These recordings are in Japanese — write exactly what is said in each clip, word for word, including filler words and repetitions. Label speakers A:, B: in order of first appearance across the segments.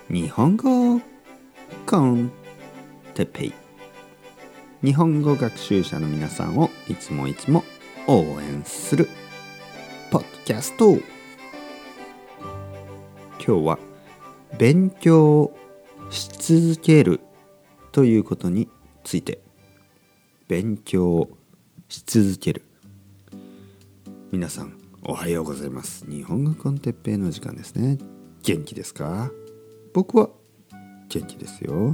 A: 日本語コンテッペイ。日本語学習者の皆さんをいつもいつも応援するポッドキャスト。今日は勉強し続けるということについて。勉強し続ける。皆さんおはようございます。日本語コンテッペイの時間ですね。元気ですか？僕は元気ですよ。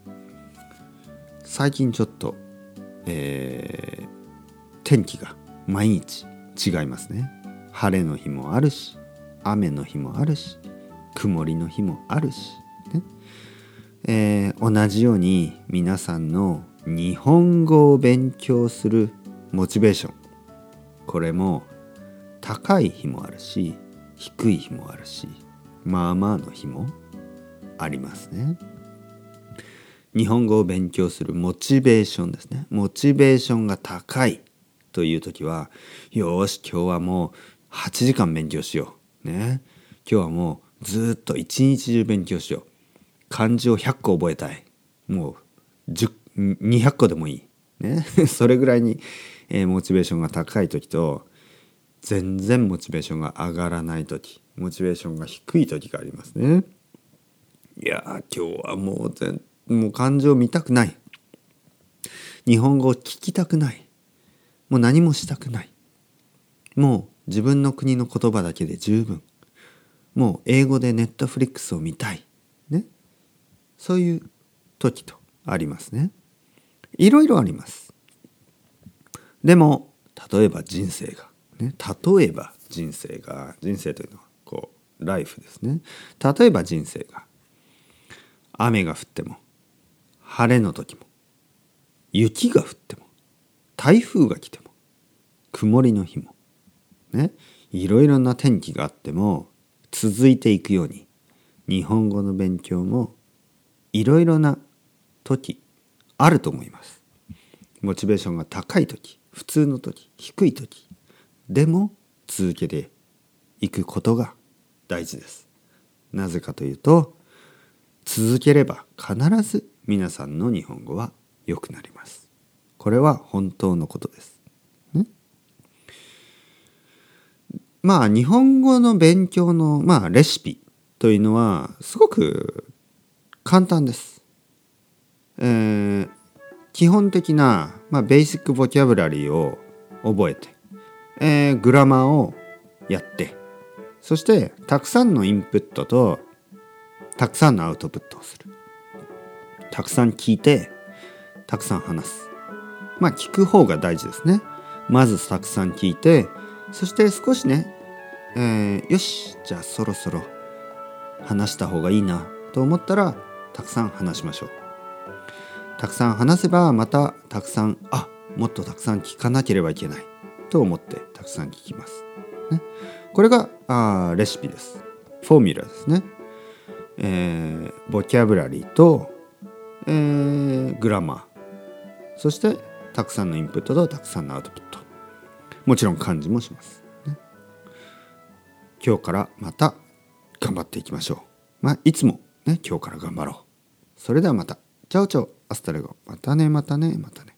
A: 最近ちょっと、えー、天気が毎日違いますね。晴れの日もあるし、雨の日もあるし、曇りの日もあるし、ねえー、同じように皆さんの日本語を勉強するモチベーション、これも高い日もあるし、低い日もあるし、まあまあの日もありますね。日本語を勉強するモチベーションですね。モチベーションが高いという時は、よし今日はもうはちじかん勉強しようね。今日はもうずっと一日中勉強しよう。漢字をひゃっこ覚えたい。もうじゅう、にひゃっこでもいいね。それぐらいに、えー、モチベーションが高い時と、全然モチベーションが上がらない時、モチベーションが低い時がありますね。いや今日はもう全もう漢字を見たくない。日本語を聞きたくない。もう何もしたくない。もう自分の国の言葉だけで十分。もう英語でネットフリックスを見たい。ね。そういう時とありますね。いろいろあります。でも例えば人生がね、例えば人生が人生というのはこうライフですね。例えば人生が雨が降っても晴れの時も雪が降っても台風が来ても曇りの日もね、いろいろな天気があっても続いていくように、日本語の勉強もいろいろな時あると思います。モチベーションが高い時、普通の時、低い時でも続けていくことが大事です。なぜかというと、続ければ必ず皆さんの日本語は良くなります。これは本当のことです。ね、まあ日本語の勉強の、まあ、レシピというのはすごく簡単です。えー、基本的な、まあ、ベーシックボキャブラリーを覚えて、えー、グラマーをやって、そしてたくさんのインプットとたくさんのアウトプットをする。たくさん聞いてたくさん話す。まあ聞く方が大事ですね。まずたくさん聞いて、そして少しね、えー、よしじゃあそろそろ話した方がいいなと思ったらたくさん話しましょう。たくさん話せばまたたくさん、あ、もっとたくさん聞かなければいけないと思ってたくさん聞きます、ね、これがあレシピです。フォーミュラですね。えー、ボキャブラリーと、えー、グラマー、そしてたくさんのインプットとたくさんのアウトプット、もちろん漢字もします、ね、今日からまた頑張っていきましょう。まあいつもね、今日から頑張ろう。それではまた。チャオチャオ、アスタレゴ。またねまたねまたね。